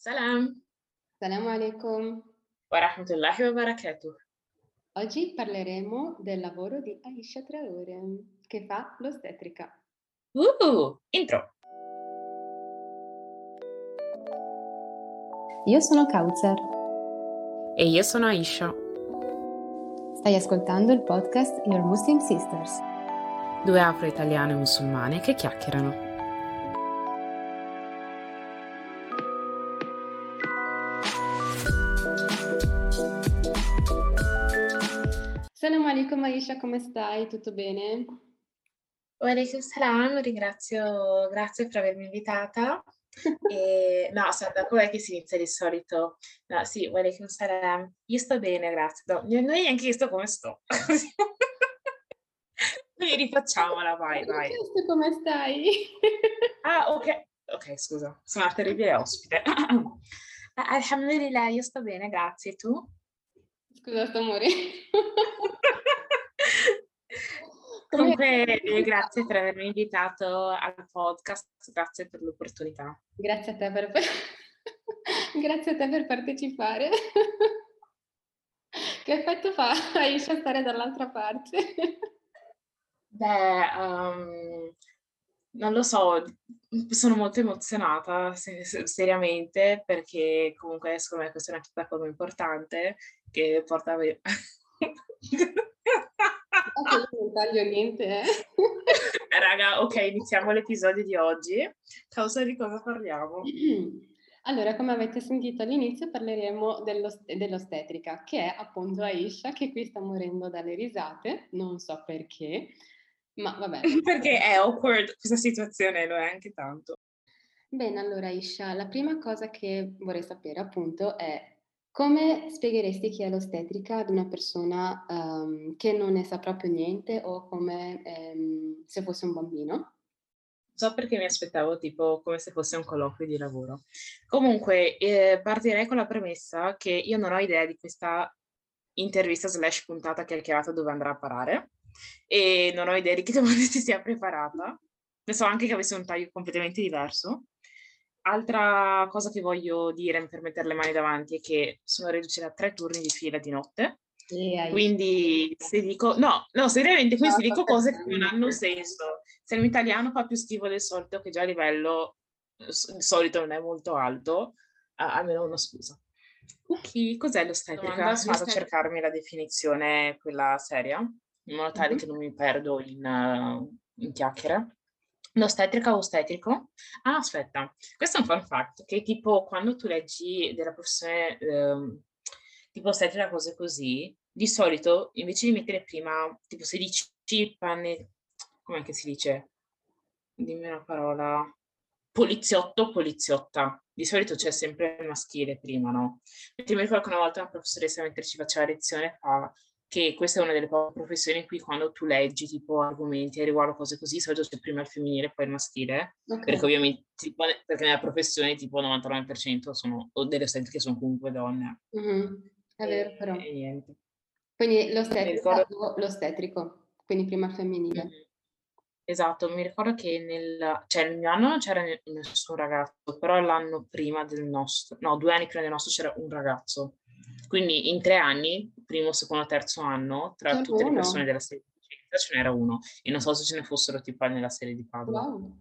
Salam, Salam alaikum. wa rahmatullahi wa barakatuh. Oggi parleremo del lavoro di Aisha Traore, che fa l'ostetrica. Intro. Io sono Kautsar. E io sono Aisha, Stai ascoltando il podcast Your Muslim Sisters. due afro-italiane musulmane che chiacchierano. Salam alaikum Aisha, come stai? Tutto bene? Walaikum salam, grazie per avermi invitata. No, aspetta, com'è che si inizia di solito? No, sì, walaikum salam. Io sto bene, grazie. No, non è neanche io sto come sto. Quindi rifacciamola, vai, Ti ho vai. chiesto come stai? Ah, ok, scusa, sono una terribile ospite. Alhamdulillah, io sto bene, grazie. Tu? Scusa, sto morendo. Come... Comunque, grazie per avermi invitato al podcast, grazie per l'opportunità. Grazie a te per... Grazie a te per partecipare. Che effetto fa Aisha stare dall'altra parte? Beh, non lo so, sono molto emozionata, seriamente, perché comunque secondo me questa è una piattaforma importante che porta a... Che io non taglio niente, eh. Raga, ok, iniziamo l'episodio di oggi. Causa di cosa parliamo? Allora, come avete sentito all'inizio, parleremo dell'ostetrica, che è appunto Aisha, che qui sta morendo dalle risate, non so perché, ma vabbè. Perché è awkward questa situazione, lo è anche tanto. Bene, allora Aisha, la prima cosa che vorrei sapere appunto è come spiegheresti chi è l'ostetrica ad una persona che non ne sa proprio niente o come se fosse un bambino? So perché mi aspettavo tipo come se fosse un colloquio di lavoro. Comunque, partirei con la premessa che io non ho idea di questa intervista slash puntata chiacchierata dove andrà a parare e non ho idea di che domande si sia preparata. Ne so anche che avesse un taglio completamente diverso. Altra cosa che voglio dire per mettere le mani davanti è che sono reduce da 3 turni di fila di notte. Aisha. Quindi se dico, no, seriamente, No, quindi se sto dico cose che non scherzando. hanno senso, se il mio italiano fa più schifo del solito, che già a livello di solito non è molto alto, almeno una scusa. Ok, cos'è l'ostetrica? Sono andata a cercarmi la definizione, quella seria, in modo tale che non mi perdo in chiacchiere. L'ostetrica o ostetrico? Ah, aspetta, questo è un fun fact, che tipo quando tu leggi della professione tipo ostetrica, cose così, di solito invece di mettere prima, tipo se dici com'è che si dice? Dimmi una parola. Poliziotto, poliziotta. Di solito c'è sempre il maschile prima, no? Perché mi ricordo che una volta una professoressa mentre ci faceva lezione fa che questa è una delle poche professioni in cui quando tu leggi tipo argomenti a riguardo cose così, di solito c'è prima il femminile poi il maschile, Ok. perché ovviamente perché nella professione tipo il 99% sono o delle studenti che sono comunque donne. Mhm. È vero però. E niente. Quindi Mi l'ostetrica ricordo. o l'ostetrico, quindi prima il femminile. Mhm. Esatto, mi ricordo che nel mio anno non c'era nessun ragazzo, però l'anno prima del nostro, no, 2 anni prima del nostro c'era un ragazzo. Quindi in 3 anni, primo, secondo, terzo anno, tra Solo tutte le persone uno? della serie di scienza ce n'era uno. E non so se ce ne fossero tipo nella serie di Padova. Wow.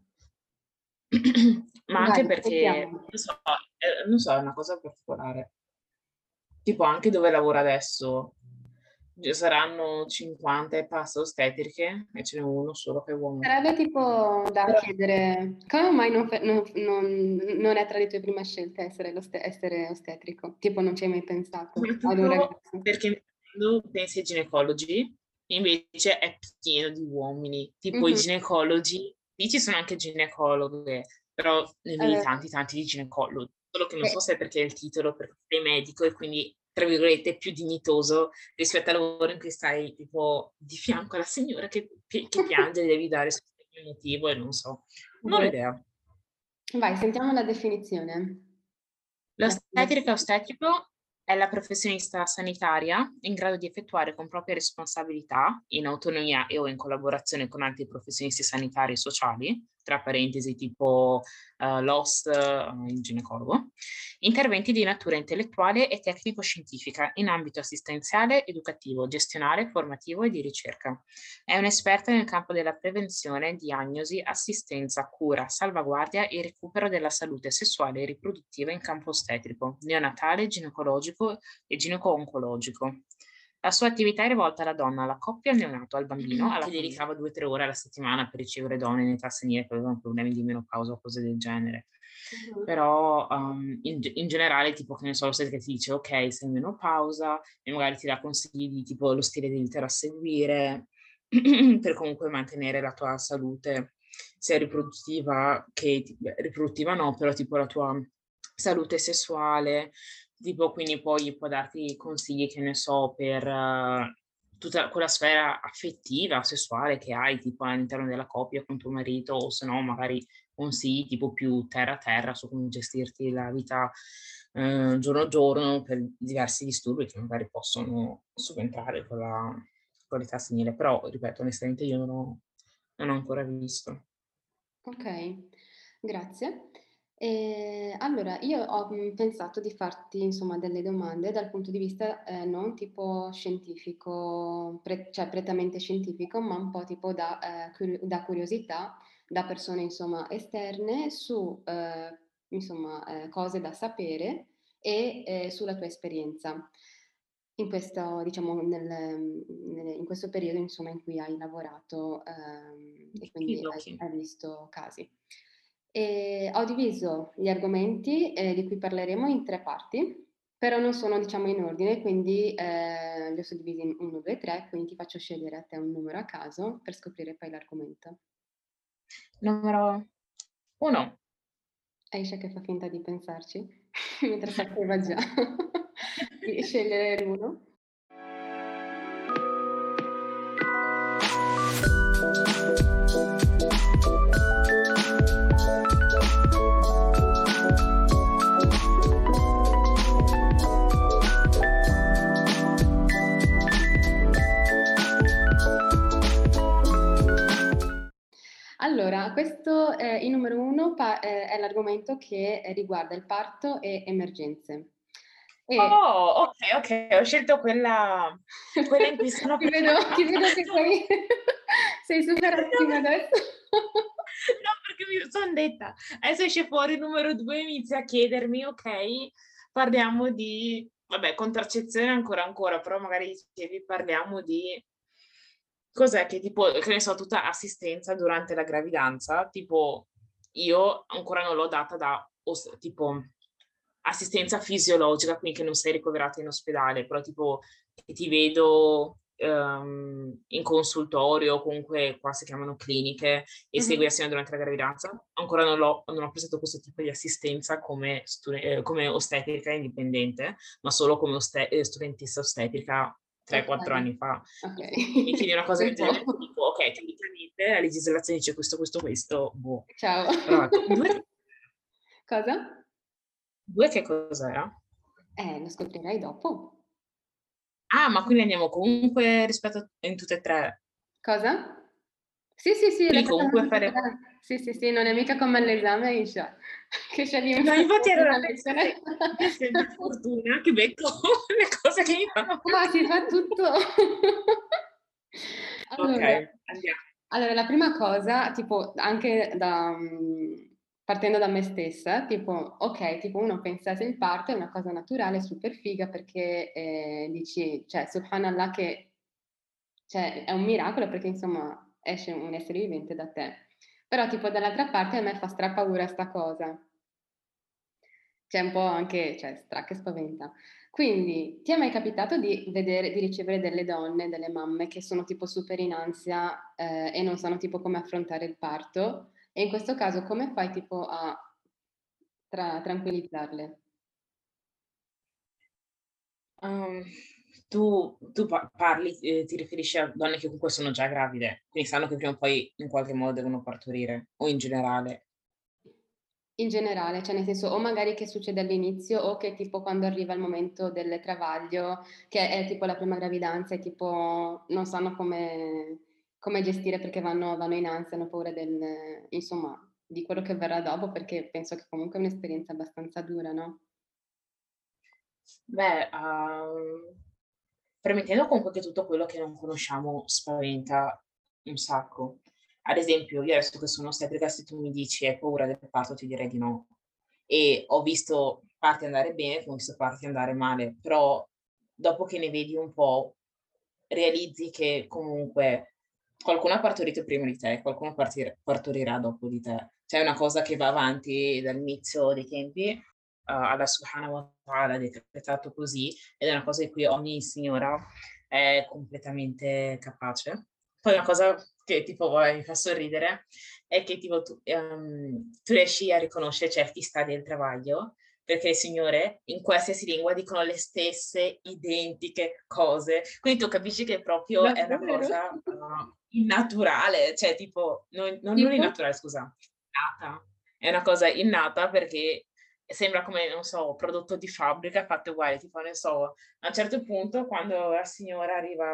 Ma Vai, anche perché, sentiamo. non so, è una cosa particolare. Tipo anche dove lavoro adesso, saranno 50 e passa ostetriche e ce n'è uno solo che è uomo. Sarebbe tipo da Però chiedere, come mai non è tra le tue prime scelte essere ostetrico? Tipo non ci hai mai pensato ad un soprattutto ragazzo? perché quando pensi ai ginecologi, invece è pieno di uomini. Tipo i Mhm, ginecologi, lì ci sono anche ginecologhe, però ne è vedi vero. tanti di ginecologi. Solo che non so E- se è perché è il titolo, perché sei medico e quindi, tra virgolette, è più dignitoso rispetto al lavoro in cui stai tipo di fianco alla signora che piange e devi dare sostegno emotivo e non so. Non ho vero. idea. Vai, sentiamo la definizione. La- L'ostetrica ostetico è la professionista sanitaria in grado di effettuare con propria responsabilità, in autonomia e o in collaborazione con altri professionisti sanitari e sociali, tra parentesi tipo Lost, il ginecologo, interventi di natura intellettuale e tecnico-scientifica in ambito assistenziale, educativo, gestionale, formativo e di ricerca. È un'esperta nel campo della prevenzione, diagnosi, assistenza, cura, salvaguardia e recupero della salute sessuale e riproduttiva in campo ostetrico, neonatale, ginecologico e gineco-oncologico. La sua attività è rivolta alla donna, alla coppia, al neonato, al bambino, alla che dedicava 2-3 ore alla settimana per ricevere donne in età senile che avevano problemi di menopausa o cose del genere. Però in generale, tipo, che ne so, lo che ti dice, ok, sei in menopausa, e magari ti dà consigli di tipo lo stile di vita da seguire per comunque mantenere la tua salute sia riproduttiva che riproduttiva no, però tipo la tua salute sessuale, tipo quindi poi può darti consigli, che ne so, per tutta quella sfera affettiva, sessuale che hai, tipo all'interno della coppia con tuo marito, o se no magari consigli tipo più terra a terra su come gestirti la vita giorno a giorno per diversi disturbi che magari possono subentrare con l'età senile. Però, ripeto, onestamente io non ho ancora visto. Ok, grazie. Allora, io ho pensato di farti insomma delle domande dal punto di vista non tipo scientifico, cioè prettamente scientifico, ma un po' tipo da curiosità, da persone insomma esterne su insomma cose da sapere e sulla tua esperienza in questo, diciamo, in questo periodo insomma in cui hai lavorato e quindi hai visto casi. E ho diviso gli argomenti di cui parleremo in 3 parti, però non sono diciamo in ordine, quindi li ho suddivisi in 1, 2, 3, quindi ti faccio scegliere a te un numero a caso per scoprire poi l'argomento. Numero 1. Aisha che fa finta di pensarci, mentre sapeva già di scegliere l'uno. Allora, questo il numero 1 è l'argomento che riguarda il parto e emergenze. Oh, ok, ho scelto quella in cui sono ti vedo che sei super attiva adesso. No, perché mi son detta, adesso esce fuori il numero 2 e inizia a chiedermi, ok, parliamo di, vabbè, contraccezione ancora, però magari parliamo di cos'è che tipo, che ne so, tutta assistenza durante la gravidanza, tipo io ancora non l'ho data da tipo assistenza fisiologica, quindi che non sei ricoverata in ospedale, però tipo che ti vedo in consultorio, o comunque qua si chiamano cliniche, e segui assieme durante la gravidanza. Ancora non ho presentato questo tipo di assistenza come ostetrica indipendente, ma solo come studentessa ostetrica 3-4 anni fa. Okay. Mi chiedi una cosa del genere, ti dico, ok, teoricamente la legislazione dice questo, boh. Ciao. Però ecco, 2 Cosa? che cos'era? Lo scoprirai dopo. Ah, ma quindi andiamo comunque in tutte e 3. Cosa? Sì, le Quindi facciamo comunque tutte e faremo. 3. Sì, non è mica come all'esame, Aisha, che scegli No, infatti ero una da lezione. pensare, per fortuna che becco le cose che mi fanno più Qua si fa comodo. tutto. Ok, Allora andiamo. allora la prima cosa, tipo anche partendo da me stessa, tipo okay, tipo uno pensa se il parto è una cosa naturale, super figa perché, dici cioè subhanallah che cioè è un miracolo perché insomma esce un essere vivente da te. Però tipo dall'altra parte a me fa strapaura sta cosa. C'è un po' anche cioè che spaventa. Quindi, ti è mai capitato di ricevere delle donne, delle mamme che sono tipo super in ansia, e non sanno tipo come affrontare il parto? E in questo caso come fai tipo a tranquillizzarle? Uhm, tu parli, ti riferisci a donne che comunque sono già gravide, quindi sanno che prima o poi in qualche modo devono partorire, o in generale? In generale, cioè nel senso o magari che succede all'inizio o che tipo quando arriva il momento del travaglio, che è tipo la prima gravidanza e tipo non sanno come come gestire perché vanno in ansia, hanno paura insomma, di quello che verrà dopo, perché penso che comunque è un'esperienza abbastanza dura, no? Beh, premettendo comunque che tutto quello che non conosciamo spaventa un sacco. Ad esempio, io adesso che sono ostetrica, se tu mi dici: "Hai paura del parto?" Ti direi di no. E ho visto parti andare bene, come ho visto parti andare male, però dopo che ne vedi un po', realizzi che comunque qualcuno ha partorito prima di te, qualcuno partorirà dopo di te. Cioè è una cosa che va avanti dall'inizio dei tempi. Allah Subhanahu wa Ta'ala ha decretato così, ed è una cosa di cui ogni signora è completamente capace. Poi una cosa che tipo vabbè, mi fa sorridere è che tipo tu riesci a riconoscere certi stadi del travaglio, perché le signore in qualsiasi lingua dicono le stesse identiche cose. Quindi tu capisci che proprio è una Davvero? cosa, innaturale, cioè tipo non Tipo? innaturale scusa, innata. È una cosa innata perché sembra come, non so, prodotto di fabbrica fatto uguale, tipo ne so, a un certo punto quando la signora arriva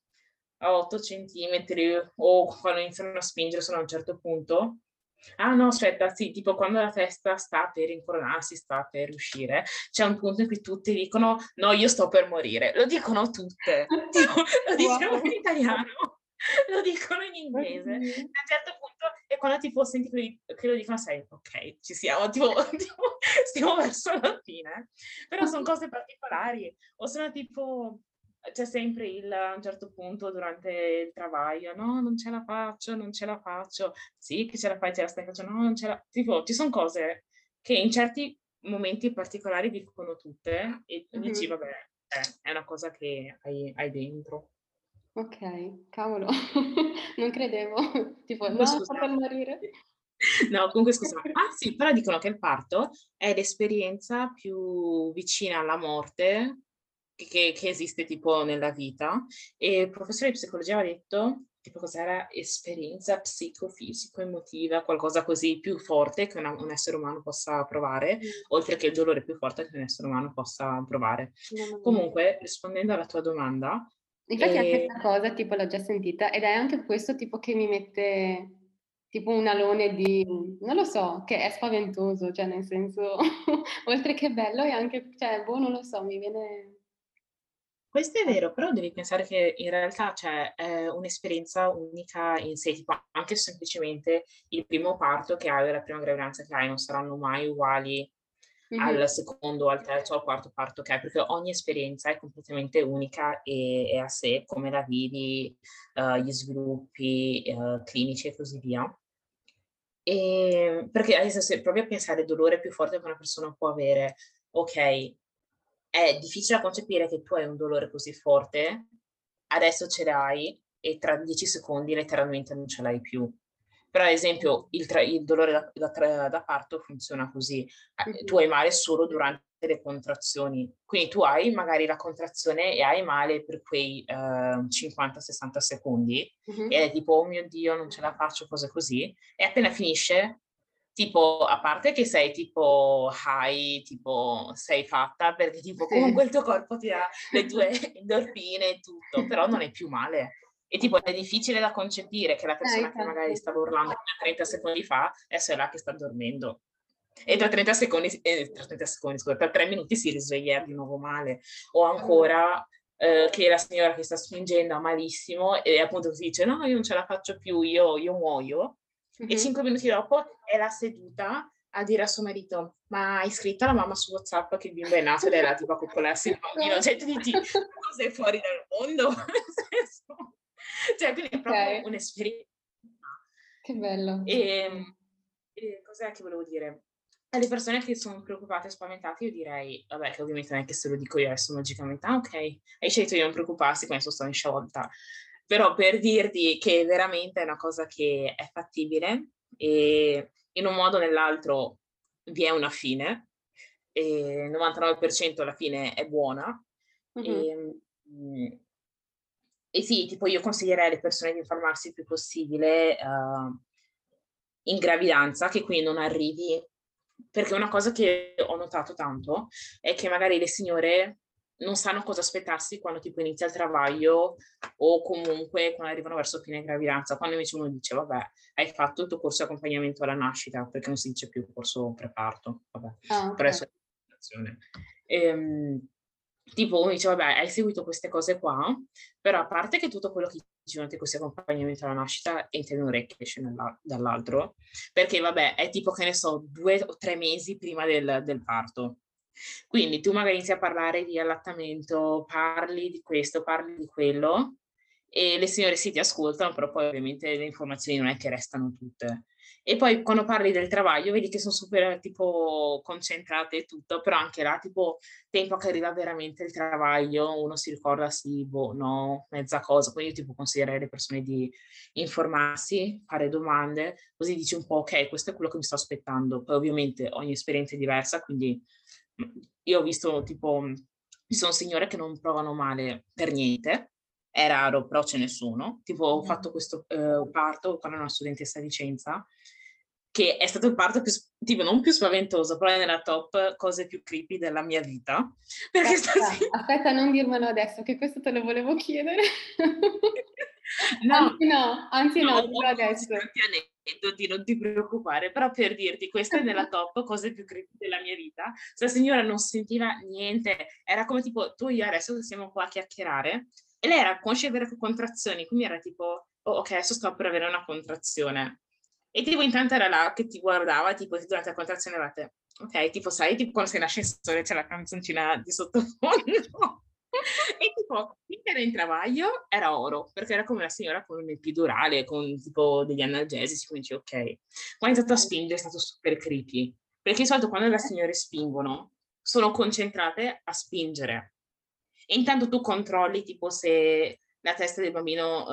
a 8 centimetri o quando iniziano a spingere solo a un certo punto. Ah no, aspetta, sì, tipo quando la testa sta per incoronarsi, sta per uscire, c'è un punto in cui tutti dicono: "No, io sto per morire." Lo dicono tutte. Tipo, lo diciamo in Wow, italiano, lo dicono in inglese. A oddio. un certo punto e quando tipo senti che lo dicono sai: "Okay, ci siamo." Tipo tipo stiamo verso la fine. Però son cose particolari. O se no tipo c'è sempre a un certo punto durante il travaglio: "No, non ce la faccio, non ce la faccio." Sì che ce la fai, ce la stai facendo, no, non ce la tipo ci son cose che in certi momenti particolari dicono tutte e tu dici: Mh-mh. "Vabbè, è una cosa che hai dentro." Okay, cavolo, non credevo. Tipo: Comunque "No, scusa sto per morire." no, comunque scusa sì, però dicono che il parto è l'esperienza più vicina alla morte che esiste tipo nella vita, e il professore di psicologia aveva detto, tipo cos'era, esperienza psicofisico-emotiva, qualcosa così più forte che un essere umano possa provare, Mh, oltre che il dolore più forte che un essere umano possa provare. mamma mia. Comunque, rispondendo alla tua domanda, Infatti anche ehm 'sta cosa tipo l'ho già sentita ed è anche questo tipo che mi mette tipo un alone di non lo so, che è spaventoso, cioè nel senso oltre che bello è anche cioè boh, non lo so, mi viene questo è vero, però devi pensare che in realtà, cioè, è un'esperienza unica in sé, tipo anche semplicemente il primo parto che hai o la prima gravidanza che hai non saranno mai uguali mh-mh, al secondo, al terzo o al quarto parto che hai, perché ogni esperienza è completamente unica e a sé, come la vivi, gli sviluppi, clinici e così via. Perché adesso se provi a pensare al dolore più forte che una persona può avere, okay, è difficile da concepire che tu hai un dolore così forte, adesso ce l'hai e tra 10 secondi letteralmente non ce l'hai più. Però ad esempio il dolore da parto funziona così: tu mh-mh, hai male solo durante le contrazioni. Quindi tu hai magari la contrazione e hai male per quei, 50, 60 secondi mh-mh. ed è tipo: "Oh mio Dio, non ce la faccio", cose così, e appena finisce, tipo a parte che sei tipo high, tipo sei fatta perché tipo Sì. comunque il tuo corpo ti dà le tue endorfine e tutto, però non hai più male. E tipo è Okay. difficile da concepire che la persona che magari Infatti. stava urlando fino a 30 secondi fa, adesso è là che sta dormendo. E Mh. tra 30 secondi scusa, per 3 minuti si risveglia di nuovo male. O Cavolo. ancora, che la signora che sta spingendo ha malissimo e appunto si dice: "No, io non ce la faccio più, io muoio." E Mh-mh. 5 minuti dopo è là seduta a dire a suo marito: "Ma hai scritto alla mamma su WhatsApp che il bimbo è nato?" Ed è là tipo a coccolarsi il bambino, cioè tu dici: "Ma tu sei fuori dal mondo?" Nel senso cioè quindi è proprio Okay, un'esperienza. che bello. E cos'è che volevo dire? Alle persone che sono preoccupate e spaventate io direi vabbè, che ovviamente non è che se lo dico io adesso magicamente: "Ah okay, hai scelto di non preoccuparsi, quindi sono sciolta." Però per dirti che veramente è una cosa che è fattibile e in un modo o nell'altro vi è una fine, il 99% alla fine è buona. Mh-mh. Mhmm, e sì, tipo io consiglierei alle persone di informarsi il più possibile, in gravidanza, che quindi non arrivi perché una cosa che ho notato tanto è che magari le signore non sanno cosa aspettarsi quando tipo inizia il travaglio o comunque quando arrivano verso fine gravidanza, quando invece uno dice vabbè, hai fatto il tuo corso di accompagnamento alla nascita, perché non si dice più corso preparto, vabbè, Ah, però ok. adesso è situazione. Tipo uno dice vabbè, hai seguito queste cose qua, però a parte che tutto quello che dici durante questo accompagnamento alla nascita entra in un orecchio e esce dall'altro, perché vabbè, è tipo che ne so, 2 o 3 mesi prima del parto. Quindi tu magari inizi a parlare di allattamento, parli di questo, parli di quello, e le signore sì ti ascoltano, però poi ovviamente le informazioni non è che restano tutte. E poi quando parli del travaglio vedi che sono super tipo concentrate e tutto, però anche là tipo tempo che arriva veramente il travaglio, uno si ricorda sì, boh, no, mezza cosa. Quindi io tipo consiglierei alle persone di informarsi, fare domande, così dici un po' ok, questo è quello che mi sto aspettando. Poi ovviamente ogni esperienza è diversa, quindi io ho visto tipo, ci sono signore che non provano male per niente, è raro, però ce ne sono. Tipo, ho fatto questo parto quando ero una studentessa a Vicenza, che è stato il parto più, tipo, non più spaventoso, però è nella top cose più creepy della mia vita. Perché Aspetta, stasera... aspetta, non dirmelo adesso, che questo te lo volevo chiedere. No, Anzi no, no, ho dillo così adesso. tanti aneddoti, non ti preoccupare, però per dirti, questa è nella top cose più creepy della mia vita. Questa signora non sentiva niente, era come tipo tu e io adesso siamo qua a chiacchierare, e lei era conscia di avere contrazioni, quindi era tipo, oh, ok, adesso sto per avere una contrazione. E tipo intanto era là che ti guardava, tipo durante la contrazione avevate, ok, tipo sai, tipo quando sei in ascensore c'è la canzoncina di sottofondo. E tipo, finché era in travaglio era oro, perché era come una signora con un epidurale, con tipo degli analgesici, quindi dici, ok. Quando ha iniziato a spingere è stato super creepy, perché di solito quando le signore spingono sono concentrate a spingere. E intanto tu controlli tipo se la testa del bambino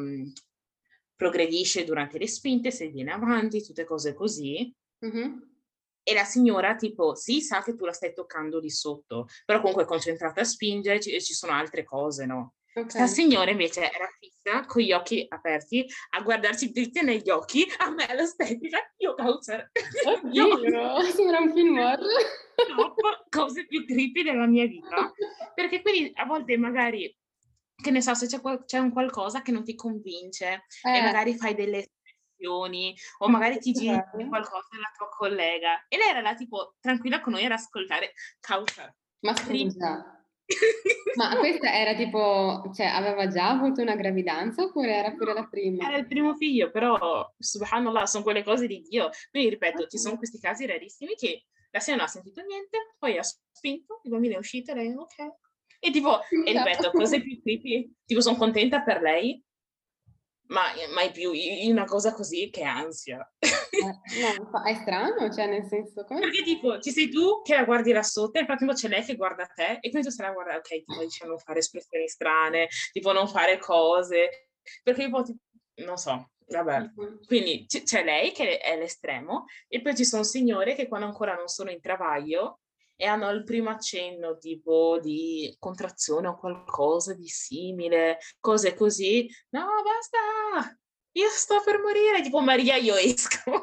progredisce durante le spinte, se viene avanti, tutte cose così. Mhm. E la signora, tipo, sì, sa che tu la stai toccando di sotto, però comunque è concentrata a spingere e ci sono altre cose, no? Ok. Sta signora invece era fissa, con gli occhi aperti, a guardarci dritti negli occhi, a me l'ostetrica, io causa, io Oddio, sembra un film horror. top, cose più creepy della mia vita, perché quindi a volte magari, che ne so, se c'è un qualcosa che non ti convince e Eh, magari fai delle espressioni o ma magari ti questo giri di proprio. qualcosa alla tua collega e lei era là tipo tranquilla con noi ad ascoltare causa Ma creepy. scusa, ma questa era tipo, cioè aveva già avuto una gravidanza oppure era pure la No, prima? era il primo figlio, però subhanallah, sono quelle cose di Dio. Quindi ripeto, ci sono questi casi rarissimi che la signora non ha sentito niente, poi ha spinto, il bambino è uscito, e lei ok. E tipo, e ripeto, cose più creepy, tipo sono contenta per lei, ma mai più una cosa così che ansia. No, è strano, cioè nel senso, come Perché tipo, ci sei tu che la guardi là sotto e nel frattempo c'è lei che guarda te e quindi tu stai a guardare, ok, tipo dice non fare espressioni strane, tipo non fare cose, perché tipo, non so, vabbè. fa? Quindi c'è lei che è l'estremo e poi ci sono signore che quando ancora non sono in travaglio e hanno il primo accenno tipo di contrazione o qualcosa di simile, cose così, no, basta, io sto per morire, tipo Maria, io esco.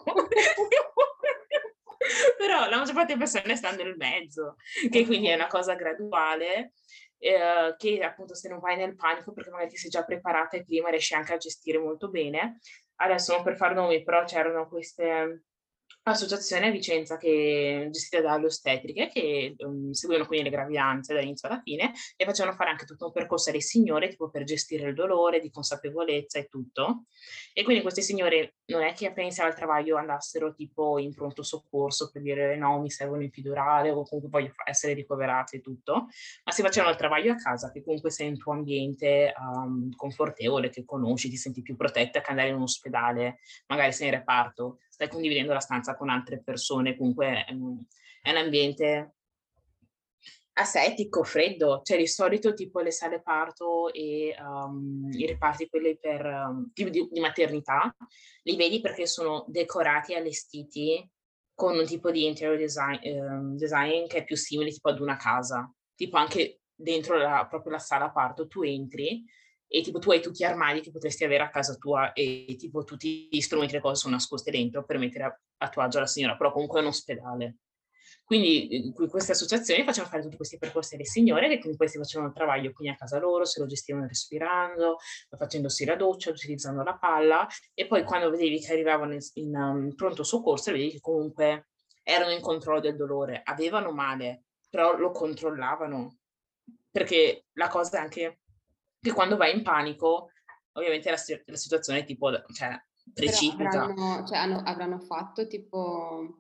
Però la maggior parte delle persone stanno nel mezzo, che quindi è una cosa graduale, che appunto se non vai nel panico, perché magari ti sei già preparata e prima riesci anche a gestire molto bene. Adesso non per far nomi, però c'erano queste associazioni a Vicenza che gestite dalle ostetriche che seguivano quindi le gravidanze dall'inizio alla fine e facevano fare anche tutto un percorso alle signore tipo per gestire il dolore, di consapevolezza e tutto. E quindi queste signore non è che appena iniziava il travaglio andassero tipo in pronto soccorso per dire no, mi serve un epidurale o comunque voglio essere ricoverate e tutto, ma si facevano il travaglio a casa, che comunque sei in un tuo ambiente confortevole, che conosci, ti senti più protetta che andare in un ospedale, magari sei in reparto, stai condividendo la stanza con altre persone, comunque è un ambiente asettico, freddo, cioè di solito tipo le sale parto e i reparti quelli per tipo di maternità, li vedi perché sono decorati e allestiti con un tipo di interior design che è più simile tipo ad una casa, tipo anche dentro proprio la sala parto tu entri e tipo tu hai tutti gli armadi che potresti avere a casa tua e tipo tutti gli strumenti e le cose sono nascoste dentro per mettere a tuo agio la signora, però comunque è un ospedale. Quindi queste associazioni facevano fare tutti questi percorsi alle signore, che quindi questi facevano il travaglio quindi a casa loro, se lo gestivano respirando, facendosi la doccia, utilizzando la palla, e poi quando vedevi che arrivavano in pronto soccorso, vedevi che comunque erano in controllo del dolore, avevano male, però lo controllavano, perché la cosa è anche che quando vai in panico, ovviamente la situazione tipo, cioè, Però precipita. avranno fatto tipo,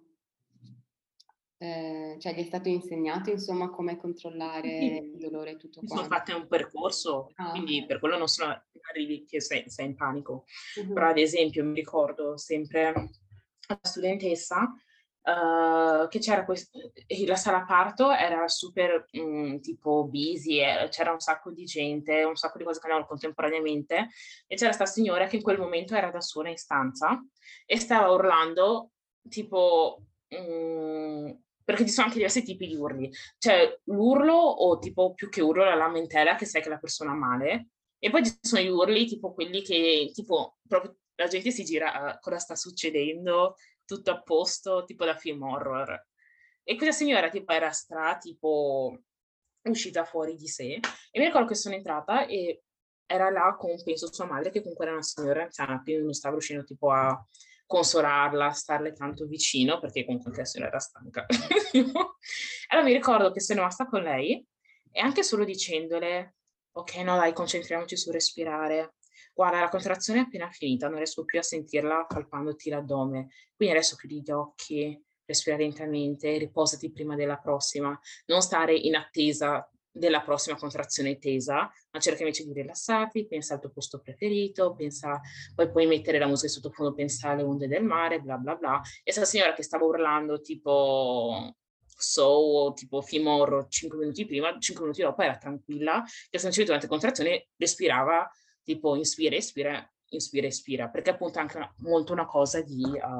cioè gli è stato insegnato insomma come controllare il Sì, dolore e tutto mi sono quanto. fatte un percorso, Ah, quindi okay. per quello non sono arrivi che sei in panico. Mh-mh. Però ad esempio mi ricordo sempre la studentessa, che c'era la sala parto era super, tipo busy, c'era un sacco di gente, un sacco di cose che andavano contemporaneamente, e c'era 'sta signora che in quel momento era da sola in stanza e stava urlando tipo, perché ci sono anche diversi tipi di urli. C'è l'urlo o tipo più che urlo la lamentela che sai che la persona ha male, e poi ci sono gli urli tipo quelli che tipo proprio la gente si gira: "Cosa sta succedendo? Tutto a posto?" Tipo da film horror. E questa signora tipo era tipo uscita fuori di sé, e mi ricordo che sono entrata e era là con penso sua madre, che comunque era una signora anziana, quindi non stava riuscendo tipo a consolarla, starle tanto vicino, perché comunque anche la signora era stanca. Allora mi ricordo che sono rimasta con lei e anche solo dicendole: "Okay, no dai, concentriamoci sul respirare. Guarda, la contrazione è appena finita, non riesco più a sentirla palpandoti l'addome, quindi adesso chiudi gli occhi, respira lentamente, riposati prima della prossima. Non stare in attesa della prossima contrazione tesa, ma cerca invece di rilassarti, pensa al tuo posto preferito, pensa, poi puoi mettere la musica di sottofondo, pensa alle onde del mare, bla bla bla." E 'sta signora che stava urlando tipo Saw o tipo film horror 5 minuti prima, 5 minuti dopo era tranquilla, che semplicemente durante le contrazioni respirava tipo inspira, espira, perché appunto è anche molto una cosa di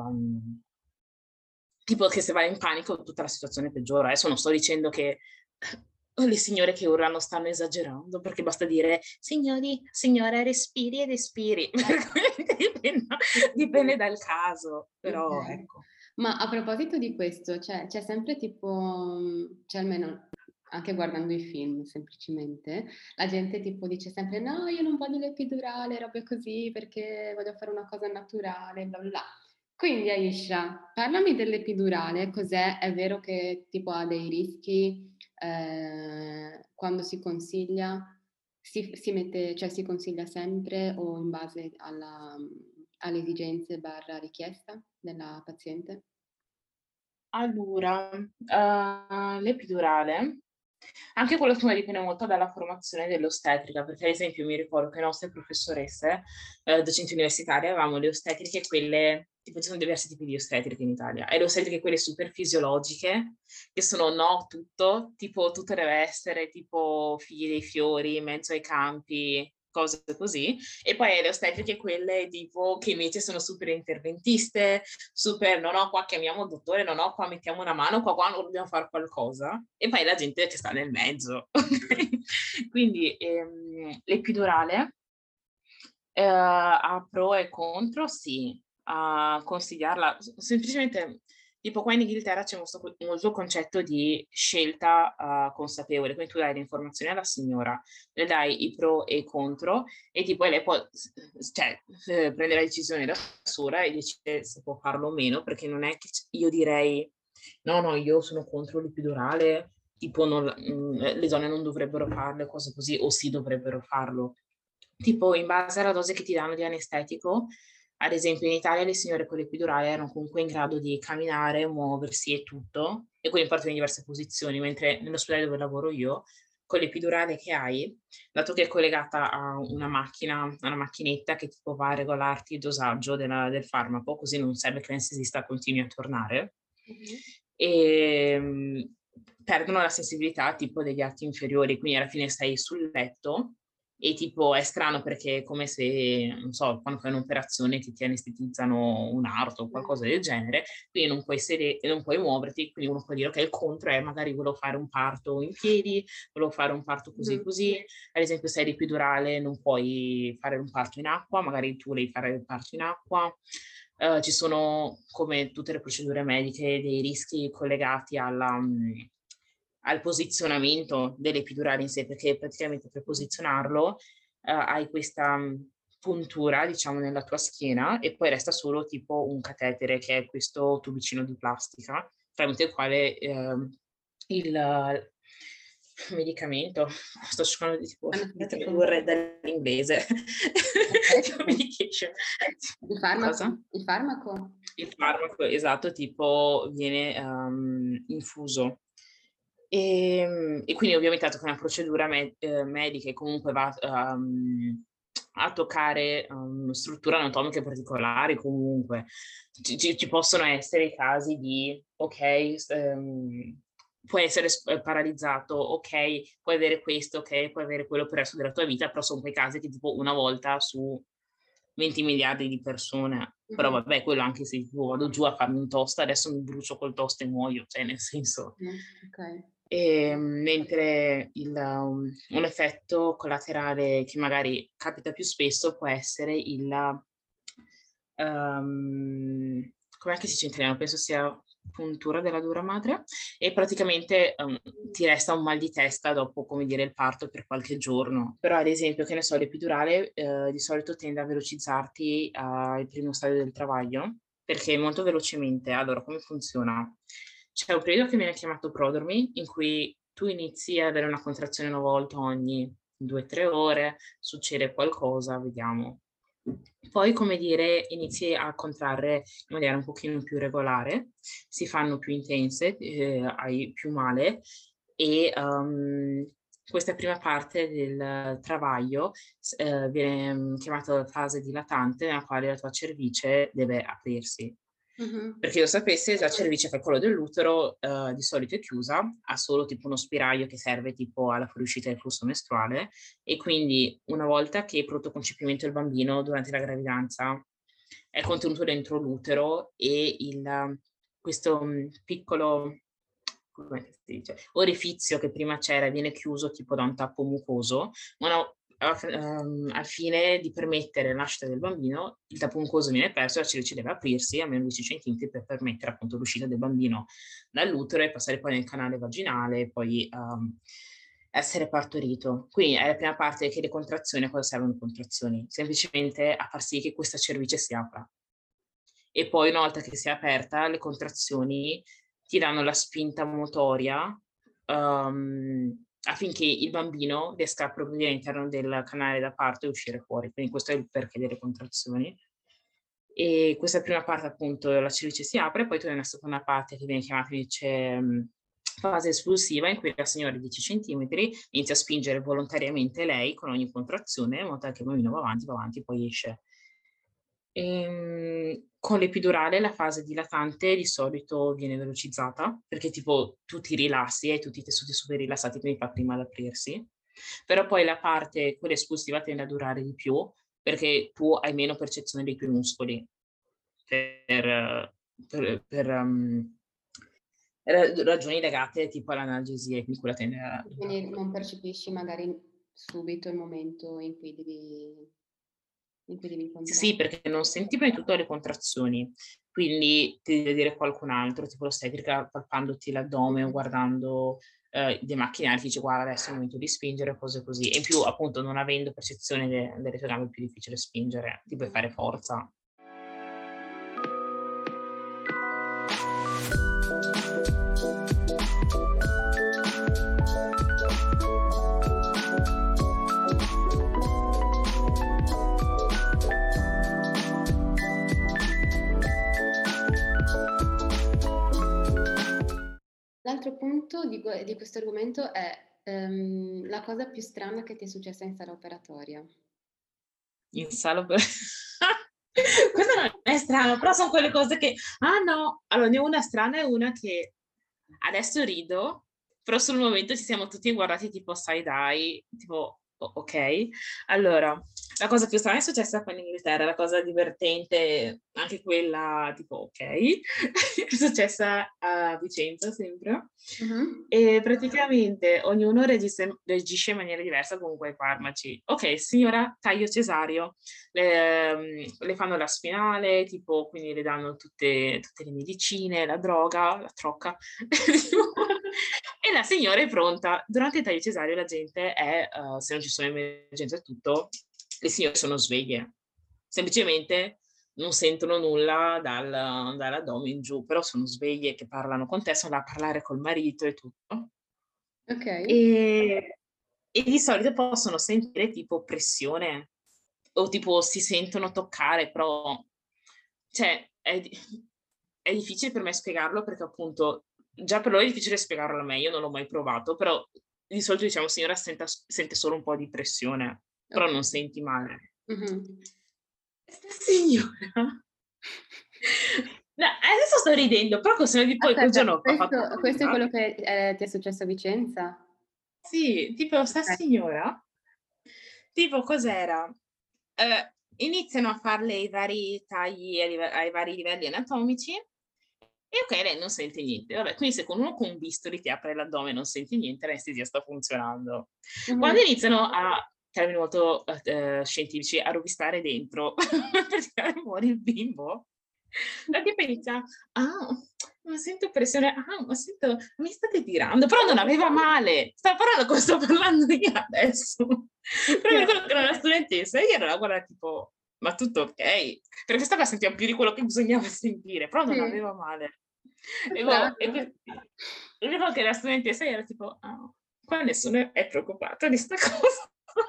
tipo che se vai in panico tutta la situazione peggiora. Adesso non sto dicendo che le signore che urlano stanno esagerando, perché basta dire: "Signori, signora respiri ed espiri." Dipende dal caso, però Okay. ecco. Ma a proposito di questo, cioè c'è sempre tipo cioè almeno anche guardando i film semplicemente, la gente tipo dice sempre: "No, io non voglio l'epidurale, robe così, perché voglio fare una cosa naturale, bla bla bla". Quindi Aisha, parlami dell'epidurale, cos'è? È vero che tipo ha dei rischi? Quando si consiglia? Si mette cioè si consiglia sempre o in base alle esigenze barra richiesta della paziente? Allora, l'epidurale, anche quello secondo me dipende molto dalla formazione dell'ostetrica, perché ad esempio mi ricordo che le nostre professoresse, docenti universitarie, avevamo le ostetriche quelle tipo ci sono diversi tipi di ostetriche in Italia, e le ostetriche quelle super fisiologiche, che sono no tutto, tipo tutto deve essere tipo figli dei fiori, in mezzo ai campi, cose così, e poi le ostetriche quelle tipo che invece sono super interventiste, super, no, no, qua chiamiamo il dottore, no, no, qua mettiamo una mano, qua dobbiamo fare qualcosa. E poi la gente che sta nel mezzo. Quindi l'epidurale ha pro e contro, sì. A consigliarla semplicemente tipo qua in Inghilterra c'è molto concetto di scelta, consapevole, quindi tu dai le informazioni alla signora, le dai i pro e i contro e tipo lei può cioè, prende la decisione da sola e decide se può farlo o meno, perché non è che io direi: "No, no, io sono contro l'epidurale, tipo le donne non dovrebbero farle", cose così, o sì dovrebbero farlo. Tipo in base alla dose che ti danno di anestetico, ad esempio in Italia le signore con l'epidurale erano comunque in grado di camminare, muoversi e tutto, e quindi partono in diverse posizioni, mentre nell'ospedale dove lavoro io, con l'epidurale che hai, dato che è collegata a una macchina, a una macchinetta che tipo va a regolarti il dosaggio del farmaco, così non serve che l'anestesista continui a tornare, Mh-mh. ehm, perdono la sensibilità tipo degli arti inferiori, quindi alla fine stai sul letto e tipo è strano perché è come se, non so, quando fai un'operazione che ti anestetizzano un arto o qualcosa del genere, quindi non puoi muoverti, quindi uno può dire: "Okay, il contro è magari volevo fare un parto in piedi, volevo fare un parto così, Mh-mh. così." Ad esempio se hai l'epidurale non puoi fare un parto in acqua, magari tu volevi fare il parto in acqua. Ci sono, come tutte le procedure mediche, dei rischi collegati al posizionamento dell'epidurale in sé, perché praticamente per posizionarlo hai questa puntura, diciamo, nella tua schiena e poi resta solo tipo un catetere, che è questo tubicino di plastica, tramite il quale il medicamento, sto cercando di tipo di tradurre dall'inglese. Medication. Il farmaco? Cosa? Il farmaco? Il farmaco, esatto, tipo viene infuso. E quindi ovviamente dato che è una procedura medica e comunque va a toccare strutture anatomiche particolari, comunque ci possono essere i casi di, ok, puoi essere paralizzato, ok, puoi avere questo, ok, puoi avere quello per il resto della tua vita, però sono quei casi che tipo una volta su 20 miliardi di persone, però vabbè, quello anche se vado giù a farmi un toast, adesso mi brucio col toast e muoio, cioè nel senso. Ok. Mentre un effetto collaterale che magari capita più spesso può essere com'è che si dice in italiano? Penso sia puntura della dura madre, e praticamente ti resta un mal di testa dopo, come dire, il parto per qualche giorno. Però ad esempio, che ne so, l'epidurale di solito tende a velocizzarti il primo stadio del travaglio, perché molto velocemente, allora come funziona? C'è un periodo che viene chiamato prodromi, in cui tu inizi ad avere una contrazione una volta ogni 2-3 ore, succede qualcosa, vediamo. Poi, come dire, inizi a contrarre in maniera un pochino più regolare, si fanno più intense, hai più male e questa prima parte del travaglio viene chiamata fase dilatante, nella quale la tua cervice deve aprirsi. Per chi lo sapesse, la cervice, che è quello dell'utero, di solito è chiusa, ha solo tipo uno spiraglio che serve tipo alla fuoriuscita del flusso mestruale, e quindi una volta che è pronto concepimento del bambino durante la gravidanza è contenuto dentro l'utero e questo piccolo, come si dice, orifizio che prima c'era viene chiuso tipo da un tappo mucoso, al fine di permettere la nascita del bambino, il tappo mucoso viene perso e la cervice deve aprirsi a meno di 10 cm per permettere appunto l'uscita del bambino dall'utero e passare poi nel canale vaginale e poi essere partorito. Quindi è la prima parte, che le contrazioni, a cosa servono le contrazioni? Semplicemente a far sì che questa cervice si apra. E poi una volta che si è aperta, le contrazioni ti danno la spinta motoria affinché il bambino riesca a progredire all'interno del canale da parto e uscire fuori. Quindi questo è il perché delle contrazioni. E questa prima parte, appunto, la cervice si apre, poi tu hai una seconda parte che viene chiamata invece fase espulsiva, in cui la signora di 10 cm inizia a spingere volontariamente lei con ogni contrazione, in modo tale che il bambino va avanti, poi esce. Con l'epidurale la fase dilatante di solito viene velocizzata, perché tipo tu ti rilassi e tutti i tessuti super rilassati, quindi fa prima ad aprirsi. Però poi la parte, quella espulsiva, tende a durare di più, perché tu hai meno percezione dei tuoi muscoli per ragioni legate tipo all'analgesia, quindi quella tende a... Quindi non percepisci magari subito il momento in cui devi contrarre. Sì, perché non senti prima di tutto le contrazioni, quindi ti deve dire qualcun altro, tipo l'ostetrica, palpandoti l'addome o guardando dei macchinari, ti dice guarda adesso è il momento di spingere, cose così. E in più, appunto, non avendo percezione delle tue gambe è più difficile spingere, ti puoi fare forza. L'altro punto di questo argomento è la cosa più strana che ti è successa in sala operatoria. In sala operatoria? Questo non è strano, però sono quelle cose che... Ah no! Allora, ne ho una strana e una che adesso rido, però sul momento ci siamo tutti guardati tipo side-eye, tipo ok? Allora, la cosa più strana è successa qua in Inghilterra, la cosa divertente, anche quella tipo ok, è successa a Vicenza sempre. Mhm. E praticamente ognuno reagisce in maniera diversa con quei farmaci. Ok, signora, taglio cesareo, le fanno la spinale, tipo, quindi le danno tutte le medicine, la droga, la trocca. E la signora è pronta. Durante il taglio cesareo la gente è, se non ci sono emergenze e tutto, le signore sono sveglie. Semplicemente non sentono nulla dall'addome in giù, però sono sveglie che parlano con te, sono là a parlare col marito e tutto. Ok. E di solito possono sentire tipo pressione o tipo si sentono toccare, però cioè è difficile per me spiegarlo perché appunto già per loro è difficile spiegarlo a me, io non l'ho mai provato, però di solito diciamo signora sente solo un po' di pressione, però Ok. non senti male. Mhm. Questa signora... No, adesso sto ridendo, però questione di poi quel Aspetta, giorno ha fatto questo è pausa. quello che ti è successo a Vicenza? Sì, tipo sta Ok. signora, tipo cos'era? Iniziano a farle i vari tagli ai vari livelli anatomici e ok, lei non sente niente. Vabbè, quindi se con uno con un bisturi ti apre l'addome e non senti niente, l'anestesia sta funzionando. Quando Mhm. iniziano a, termini molto scientifici, a rovistare dentro per tirare fuori il bimbo, la tipa inizia, ah, ma sento pressione, ah, ma sento, mi state tirando, però non aveva male, sta parlando come sto parlando io adesso. Ok. Però mi ricordo che era una studentessa e io ero là, guarda, tipo, ma tutto ok? Perché stava sentendo più di quello che bisognava sentire, però non Sì, aveva male. è E, boh, strano. e mi ricordo che la studentessa era tipo, ah, qua nessuno è preoccupato di sta cosa.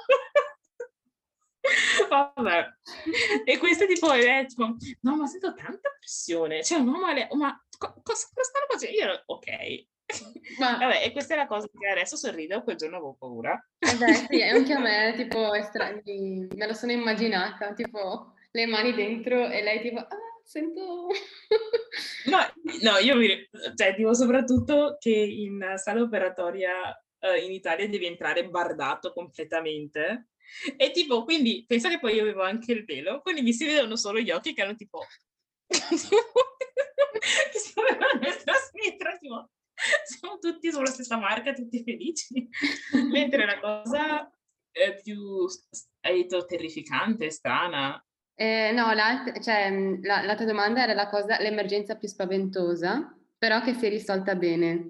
Vabbè. E questo tipo è tipo, no, ma sento tanta pressione, cioè non ho male, ma cosa stanno facendo? Io ero, ok. Ma, Vabbè, e questa è la cosa che adesso sorrido, quel giorno avevo paura. eh beh, sì, anche a me, tipo, me lo sono immaginata, tipo, le mani dentro e lei tipo, ah, sento... No, no, cioè, dico soprattutto che in sala operatoria in Italia devi entrare bardato completamente. E tipo, quindi, pensa che poi io avevo anche il velo, quindi mi si vedono solo gli occhi che erano tipo... che si muovevano a destra e a sinistra, tipo, siamo tutti sulla stessa marca, tutti felici. Mentre la cosa più, hai detto, terrificante, strana, No, cioè, l'altra domanda era l'emergenza più spaventosa, però che si è risolta bene.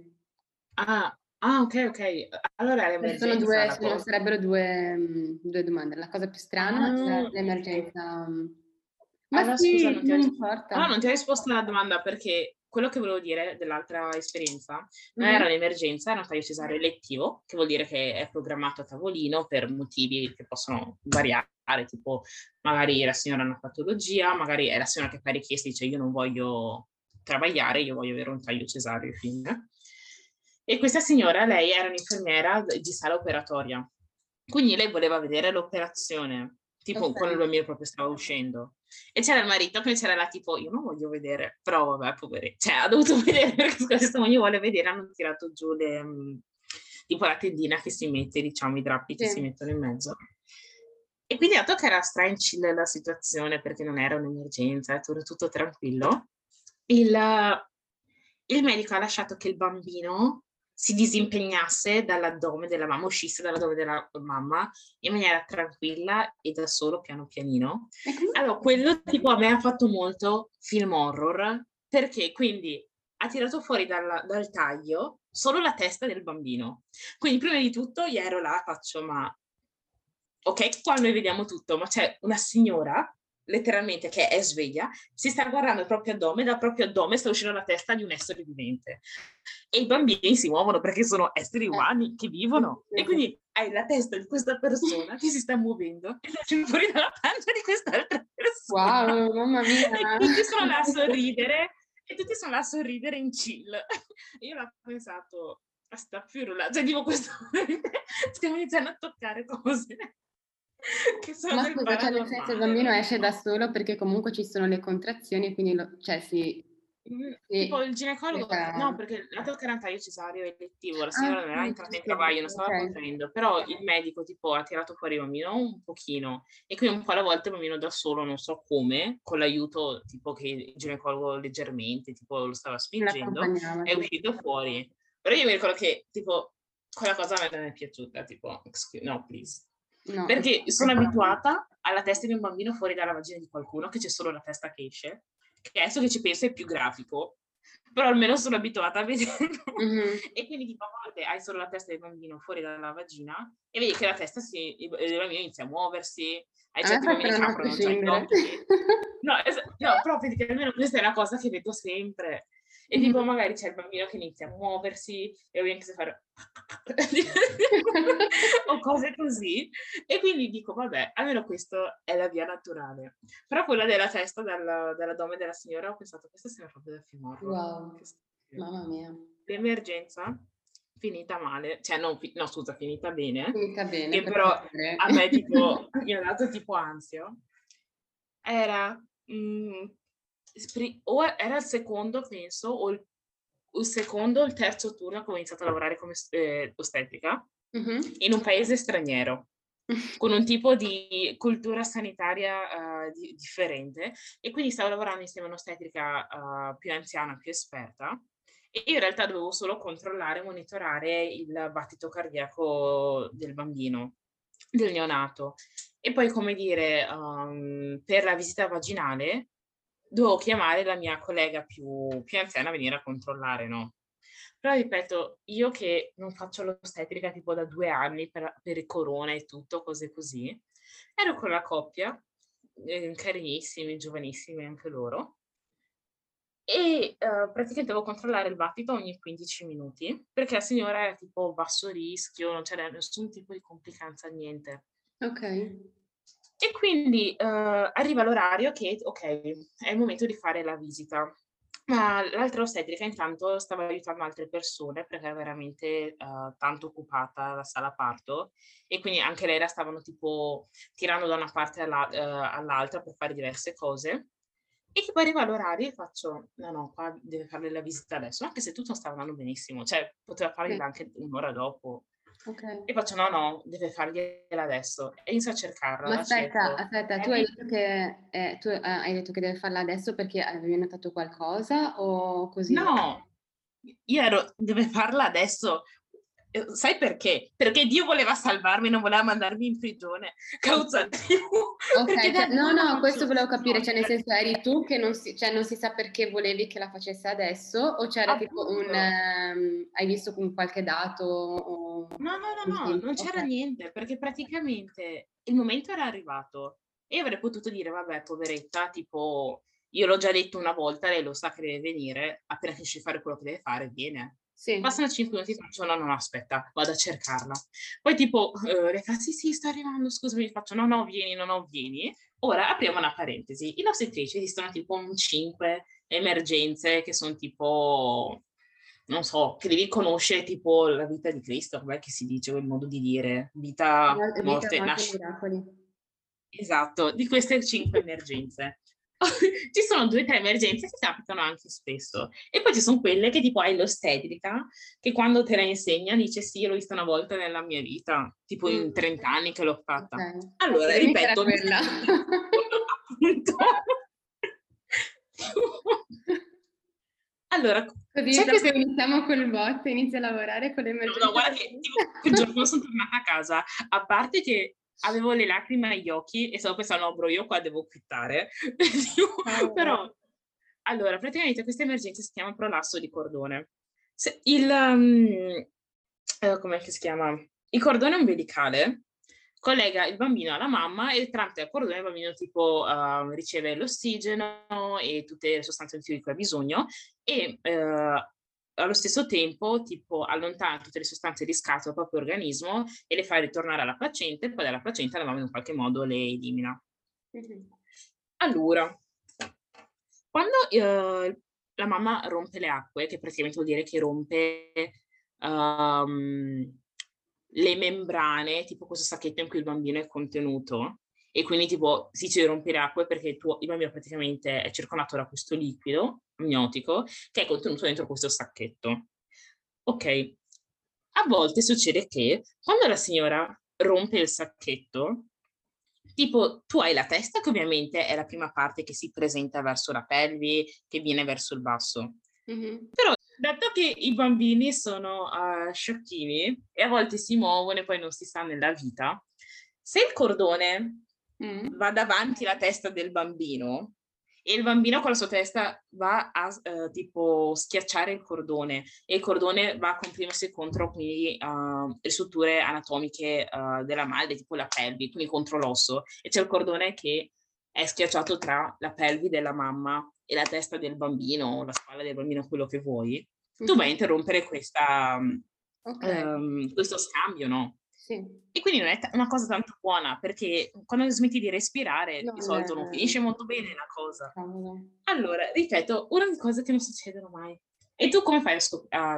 ok, ok. Allora è l'emergenza la cosa. Sarebbero due domande. La cosa più strana Ah, è ok. l'emergenza. Ma No, scusa, sì, non importa. non ti ho risposto alla domanda perché quello che volevo dire dell'altra esperienza non era Mhm. un'emergenza, era un taglio cesareo elettivo, che vuol dire che è programmato a tavolino per motivi che possono variare, tipo magari la signora ha una patologia, magari è la signora che fa richieste e dice io non voglio travagliare, io voglio avere un taglio cesareo, fine. E questa signora, lei era un'infermiera di sala operatoria, quindi lei voleva vedere l'operazione, tipo Ok. quando il bambino proprio stava uscendo. E c'era il marito che c'era là tipo, io non voglio vedere, però vabbè, poveretto, cioè ha dovuto vedere perché questo moglie vuole vedere, hanno tirato giù tipo la tendina che si mette, diciamo, i drappi che si Sì. mettono in mezzo. E quindi dato che era stra in chill la situazione, perché non era un'emergenza, era tutto tranquillo, il, il medico ha lasciato che il bambino si disimpegnasse dall'addome della mamma, uscisse dall'addome della mamma in maniera tranquilla e da solo, piano pianino. E come? Allora, quello tipo a me ha fatto molto film horror, perché quindi ha tirato fuori dal taglio solo la testa del bambino. Quindi prima di tutto io ero là, faccio, ma ok, qua noi vediamo tutto, ma c'è una signora, letteralmente, che è sveglia, si sta guardando il proprio addome, dal proprio addome sta uscendo la testa di un essere vivente. E i bambini si muovono perché sono esseri umani che Sì, vivono. sì, E sì. quindi hai la testa di questa persona che si sta muovendo e esce fuori dalla pancia di quest'altra persona. Wow, mamma mia. E tutti sono là a sorridere, e tutti sono là a sorridere in chill. E io ho pensato, sta più cioè dico questo stiamo iniziando a toccare cose che sono Ma del scusa, cioè nel senso il paranormale, bambino non esce da so. solo perché comunque ci sono le contrazioni, quindi cioè sì. Tipo Sì, il ginecologo, no, perché dato che era un taglio cesareo elettivo, la ah signora non era sì, entrata in giusto, travaglio, non stava okay. contraendo, però il medico tipo ha tirato fuori il bambino un pochino e quindi un po' alla volta il bambino da solo, non so come, con l'aiuto tipo che il ginecologo leggermente tipo lo stava spingendo, L'accompagnava, è sì. uscito fuori. Però io mi ricordo che tipo quella cosa a me non è piaciuta, tipo no please. No, Perché sono assolutamente. abituata alla testa di un bambino fuori dalla vagina di qualcuno, che c'è solo la testa che esce, che adesso che ci penso è più grafico, però almeno sono abituata a vederlo. Mh-mh. E quindi tipo a volte hai solo la testa del bambino fuori dalla vagina e vedi che la testa del bambino inizia a muoversi, hai A me certi bambini che facevano anche aprono già gli scendere. occhi. No, però vedi che almeno questa è una cosa che vedo sempre. E tipo Mh-mh. magari c'è il bambino che inizia a muoversi e lui inizia a fare o cose così. E quindi dico, vabbè, almeno questo è la via naturale. Però quella della testa dall'addome della signora ho pensato, questa sembra proprio da film horror. Wow, Che stupido. mamma mia. L'emergenza finita male, cioè no scusa, finita bene, Finita bene che per però favore. a me tipo mi ha dato tipo ansia. Era, o era il secondo penso, o il secondo o il terzo turno che ho iniziato a lavorare come ostetrica, Mh-mh. in un paese straniero, con un tipo di cultura sanitaria, differente e quindi stavo lavorando insieme a un'ostetrica, più anziana, più esperta e io in realtà dovevo solo controllare e monitorare il battito cardiaco del bambino, del neonato. E poi, come dire, per la visita vaginale dovevo chiamare la mia collega più anziana a venire a controllare, no. Però ripeto, io che non faccio l'ostetrica tipo da 2 anni per il corona e tutto, cose così, ero con la coppia, carinissimi, giovanissimi anche loro, e, praticamente dovevo controllare il battito ogni 15 minuti, perché la signora era tipo basso rischio, non c'era nessun tipo di complicanza, niente. Okay. E quindi, arriva l'orario che, okay, è il momento di fare la visita. Ma l'altra ostetrica intanto stava aiutando altre persone perché era veramente, tanto occupata la sala parto e quindi anche lei la stavano tipo tirando da una parte all'altra per fare diverse cose. E che poi arriva l'orario e faccio: "No, no, qua deve farle la visita adesso", anche se tutto stava andando benissimo, cioè poteva Sì, fargliela anche 1 ora dopo. okay. E faccio: "No, no, deve fargliela adesso." E inizio a cercarla, Ma la cerco. aspetta, tu hai Abby detto che hai detto che deve farla adesso perché avevi notato qualcosa o così? no, io ero deve farla adesso. Sai perché? Perché Dio voleva salvarmi, non voleva mandarmi in prigione causa Okay. TV, perché Okay, da cioè no, 2 no, non ci questo volevo no, capire, cioè nel senso eri tu che non si sa perché volevi che la facesse adesso o c'era tipo un appunto. hai visto un qualche dato o No, no, no, no, così? non c'era Okay. niente, perché praticamente il momento era arrivato e io avrei potuto dire: "Vabbè poveretta, tipo io l'ho già detto una volta, lei lo sa che deve venire, appena finisce di fare quello che deve fare viene". Sì. Passano 5 minuti, faccio: "No, no, no, aspetta, vado a cercarla". Poi tipo, lei fa: "Sì, sì, sto arrivando, scusami". Faccio: "No, no, vieni, no, no, vieni". Ora apriamo una parentesi, in ostetricia esistono tipo un 5 emergenze che son tipo non so, che devi conoscere tipo la vita di Cristo, com'è che si dice quel modo di dire? Vita, Vita, morte, morte e miracoli. esatto, di queste 5 emergenze. Ci sono 2, 3 emergenze che capitano anche spesso e poi ci son quelle che tipo hai l'ostetrica che quando te la insegna dice: "Sì, l'ho vista una volta nella mia vita, tipo in Mh. 30 anni che l'ho fatta". Okay. Allora Speriamo che era ripeto, mi quella. sembra appunto. Allora, Così c'è dopo questa iniziamo col bot, inizi a lavorare con no, no, l'emergenza guarda del che tipo quel giorno son tornata a casa, a parte che avevo le lacrime agli occhi e stavo pensando: "No bro, io qua devo quittare". cavolo. Però allora, praticamente questa emergenza si chiama prolasso di cordone. Se il com'è che si chiama? Il cordone ombelicale collega il bambino alla mamma e tramite il cordone il bambino tipo, riceve l'ossigeno e tutte le sostanze di cui ha bisogno e, allo stesso tempo tipo allontana tutte le sostanze di scarto dal proprio organismo e le fa ritornare alla placenta e poi dalla placenta la mamma in qualche modo le elimina. Mh-mh. Allora, quando, la mamma rompe le acque, che praticamente vuol dire che rompe, uhm, le membrane, tipo questo sacchetto in cui il bambino è contenuto, e quindi tipo si dice rompere acque perché il bambino praticamente è circondato da questo liquido amniotico che è contenuto dentro questo sacchetto. Ok, a volte succede che quando la signora rompe il sacchetto, tipo tu hai la testa che ovviamente è la prima parte che si presenta verso la pelvi, che viene verso il basso. Però dato che i bambini sono sciocchini e a volte si muovono e poi non si sta nella vita, se il cordone va davanti alla testa del bambino e il bambino con la sua testa va a tipo schiacciare il cordone e il cordone va a comprimersi contro quindi, le strutture anatomiche della madre, tipo la pelvi, quindi contro l'osso, e c'è il cordone che è schiacciato tra la pelvi della mamma e la testa del bambino, o la spalla del bambino, quello che vuoi, tu vai a interrompere questo scambio, no? Sì. E quindi non è una cosa tanto buona, perché quando smetti di respirare, No, di solito non finisce molto bene la cosa. Cavolo. Allora, ripeto, una delle cose che non succedono mai. E tu come fai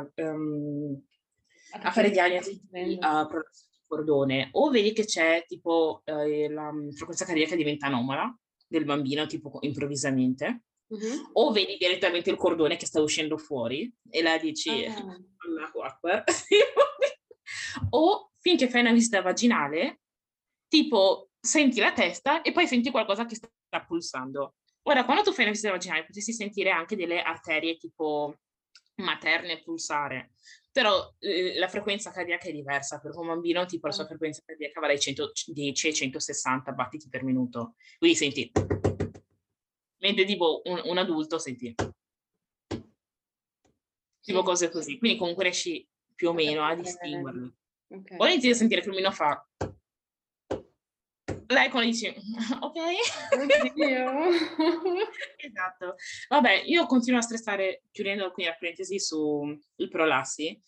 a fare diagnosi di prolasso di cordone? O vedi che c'è tipo la frequenza cardiaca diventa anomala del bambino, tipo improvvisamente, o vedi direttamente il cordone che sta uscendo fuori e la dici Allahu Akbar. O finché fai una visita vaginale, tipo senti la testa e poi senti qualcosa che sta pulsando. Ora, quando tu fai una visita vaginale potresti sentire anche delle arterie tipo materne pulsare, però la frequenza cardiaca è diversa, perché un bambino tipo la sua frequenza cardiaca va dai 110 ai 160 battiti per minuto, quindi senti, mentre tipo un adulto senti tipo cose così, quindi comunque riesci più o meno a distinguerli. Poi inizi a sentire che il bambino fa lei quando dici ok. Oddio. Esatto. Vabbè, io continuo a stressare, chiudendo qui la parentesi sul prolassi,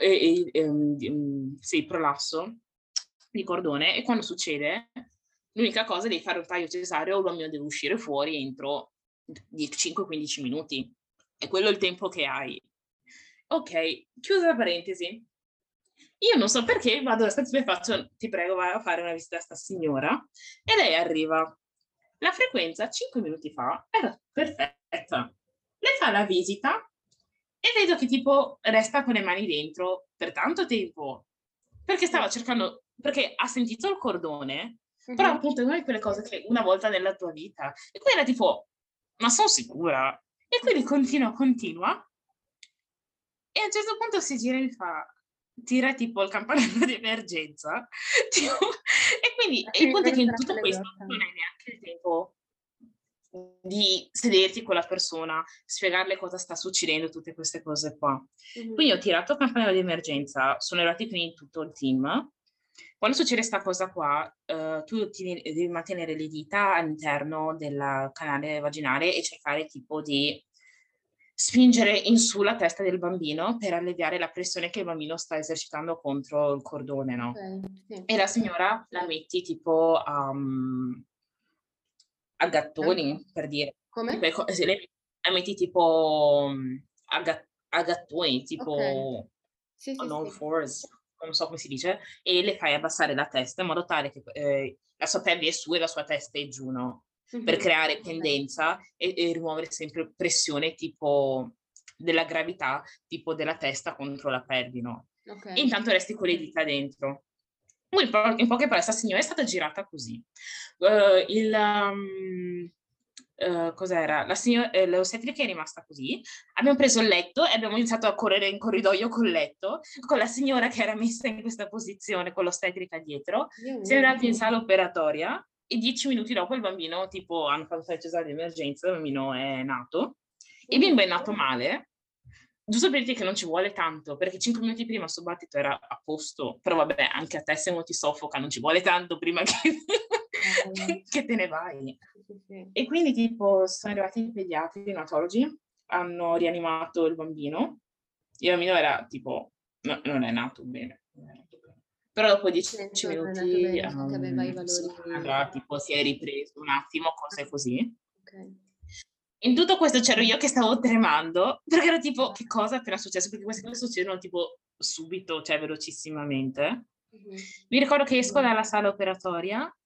sì, il prolasso di cordone, e quando succede, l'unica cosa è devi fare un taglio cesareo o il bambino deve uscire fuori entro 5-15 minuti. È quello il tempo che hai. Ok, chiusa la parentesi. Io non so perché vado da stazione e faccio, ti prego, vai a fare una visita a sta signora, e lei arriva. La frequenza 5 minuti fa era perfetta. Le fa la visita e vedo che tipo resta con le mani dentro per tanto tempo, perché stava cercando, perché ha sentito il cordone, però appunto è una di quelle cose che una volta nella tua vita, e poi era tipo, ma sono sicura? E quindi continua, e a un certo punto si gira e mi fa, tira tipo il campanello di emergenza, tipo, e quindi il punto è che in tutto questo non hai neanche il tempo di sederti con la persona, spiegarle cosa sta succedendo, tutte queste cose qua. Quindi ho tirato il campanello di emergenza, sono arrivati quindi tutto il team. Quando succede questa cosa qua, tu devi mantenere le dita all'interno del canale vaginale e cercare tipo di spingere in su la testa del bambino per alleviare la pressione che il bambino sta esercitando contro il cordone, no? Sì. E la signora la metti tipo a gattoni, per dire. Come? Tipo, se la metti tipo a gattoni, tipo on all fours, non so come si dice, e le fai abbassare la testa in modo tale che la sua pelle è su e la sua testa è giù, no? Per creare pendenza e rimuovere sempre pressione tipo della gravità tipo della testa contro la pelvi, no? E intanto resti con le dita dentro. In poche parole, questa signora è stata girata così. Cos'era? L'ostetrica è rimasta così. Abbiamo preso il letto e abbiamo iniziato a correre in corridoio col letto, con la signora che era messa in questa posizione, con l'ostetrica dietro. Siamo arrivati in sala operatoria e 10 minuti dopo il bambino, tipo, hanno fatto il cesareo di emergenza, il bambino è nato. Il bimbo è nato male, giusto per dire che non ci vuole tanto, perché 5 minuti prima il suo battito era a posto, però vabbè, anche a te se uno ti soffoca non ci vuole tanto prima che te ne vai. E quindi tipo sono arrivati i pediatri, i neonatologi, hanno rianimato il bambino era tipo, no, non è nato bene. Però dopo 10 minuti tipo, si è ripreso un attimo, cose così. In tutto questo c'ero io che stavo tremando, perché ero tipo, che cosa è appena successo? Perché queste cose succedono tipo subito, cioè velocissimamente. Mi ricordo che esco dalla sala operatoria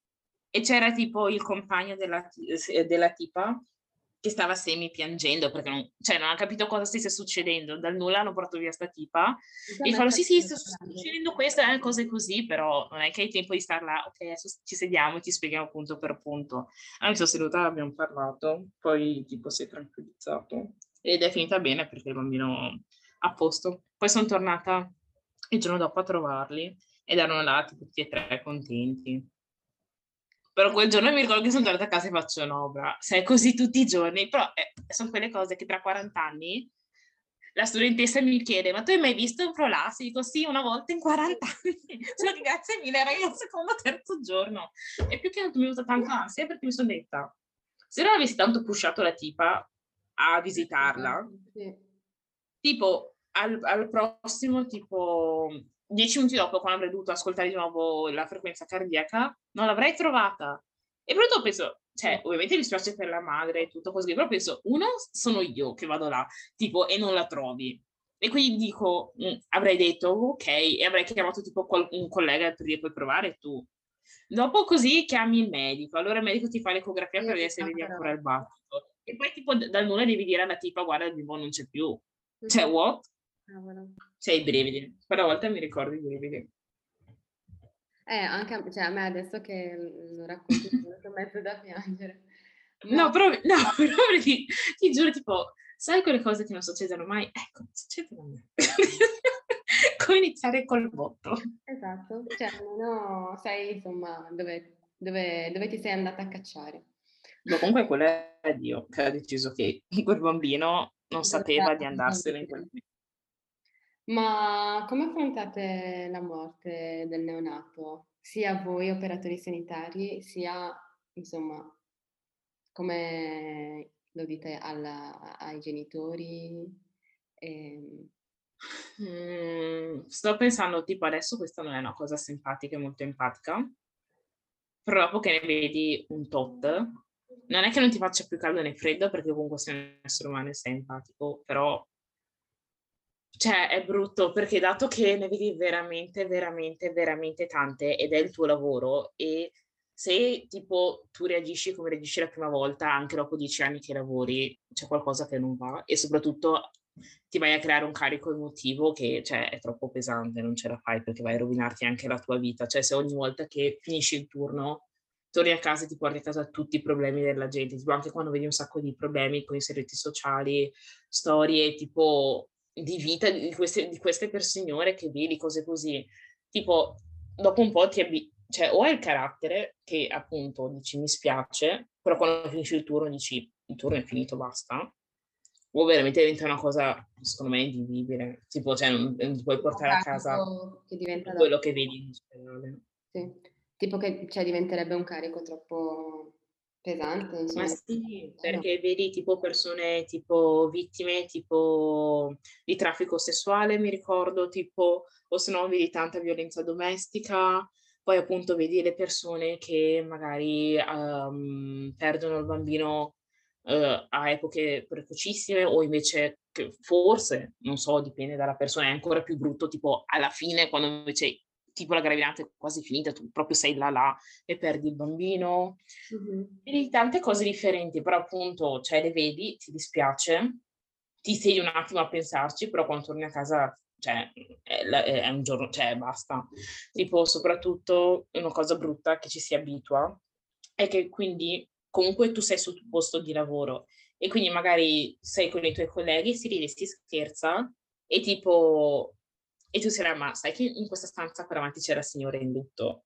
e c'era tipo il compagno della tipa che stava semi piangendo perché non ha capito cosa stesse succedendo. Dal nulla hanno portato via sta tipa Già a e me fanno sta sì, sì, sta succedendo. succedendo queste cose così, però non è che hai tempo di star là, ok, adesso ci sediamo e ti spieghiamo punto per punto. Allora mi sono seduta, abbiamo parlato, poi tipo si è tranquillizzato ed è finita bene perché il bambino a posto. Poi sono tornata il giorno dopo a trovarli ed erano là tutti e tre contenti. Però quel giorno mi ricordo che sono tornata a casa e faccio no, bra, se è così tutti i giorni, però sono quelle cose che tra 40 anni la studentessa mi chiede, ma tu hai mai visto un prolapso? Dico sì, una volta in 40 anni. Solo che grazie mille, era il secondo o terzo giorno. E più che altro mi è venuta tanta ansia perché mi sono detta, se non avessi tanto pushato la tipa a visitarla, Sì. tipo al prossimo, tipo 10 minuti dopo, quando avrei dovuto ascoltare di nuovo la frequenza cardiaca, non l'avrei trovata. E però dopo penso, cioè, ovviamente mi spiace per la madre e tutto così, però penso, uno, sono io che vado là, tipo, e non la trovi. E quindi dico, avrei detto, ok, e avrei chiamato tipo un collega per dire, puoi provare tu. Dopo così chiami il medico, allora il medico ti fa l'ecografia per vedere se vedi ancora il battito. E poi tipo dal nulla devi dire alla tipa, guarda, il bimbo non c'è più. Cioè, what? Cioè, i brividi. Quella volta mi ricordo i brividi. Anche cioè, a me adesso che lo racconti mi ho messo da piangere. Ma No, però, no, però ti giuro, tipo, sai quelle cose che non succedono mai? Ecco, succedono a me. Come iniziare col botto. esatto, cioè almeno sai insomma dove ti sei andata a cacciare. Ma comunque quello è Dio che ha deciso che quel bambino non Doveva sapeva di andarsene in quel morire. Ma come affrontate la morte del neonato? Sia voi operatori sanitari, sia insomma come lo dite ai genitori? Ehm, Sto pensando, tipo, adesso questa non è una cosa simpatica e molto empatica, però dopo che ne vedi un tot, non è che non ti faccia più caldo né freddo, perché comunque sei un essere umano e sei empatico, però, cioè, è brutto, perché dato che ne vedi veramente, veramente, veramente tante, ed è il tuo lavoro, e se, tipo, tu reagisci come reagisci la prima volta, anche dopo 10 anni che lavori, c'è qualcosa che non va, e soprattutto ti vai a creare un carico emotivo che, cioè, è troppo pesante, non ce la fai perché vai a rovinarti anche la tua vita. Cioè, se ogni volta che finisci il turno torni a casa e ti porti a casa tutti i problemi della gente, tipo anche quando vedi un sacco di problemi con i servizi sociali, storie tipo di vita di queste signore che vedi, cose così, tipo, dopo un po' cioè, o hai il carattere che appunto dici mi spiace, però quando finisci il turno dici il turno è finito, basta, o veramente diventa una cosa, secondo me, invivibile. Tipo, cioè, non ti puoi portare a casa che diventa tutto quello che vedi in generale. sì. Tipo che cioè diventerebbe un carico troppo pesante, Ma insomma. sì, No. perché vedi tipo persone tipo vittime tipo di traffico sessuale, mi ricordo, tipo, o se no vedi tanta violenza domestica, poi appunto vedi le persone che magari perdono il bambino a epoche precocissime o invece che forse, non so, dipende dalla persona, è ancora più brutto tipo alla fine quando invece tipo la gravidanza è quasi finita, tu proprio sei là e perdi il bambino. Mh-mh. Vedi tante cose differenti, però appunto, cioè, le vedi, ti dispiace, ti siedi un attimo a pensarci, però quando torni a casa, cioè, è un giorno, cioè, basta. Tipo, soprattutto, una cosa brutta che ci si abitua è che quindi comunque tu sei sul tuo posto di lavoro e quindi magari sei con i tuoi colleghi, si ride, si scherza e tipo, e tu sei là, ma sai che in questa stanza qua davanti c'era il signore in lutto?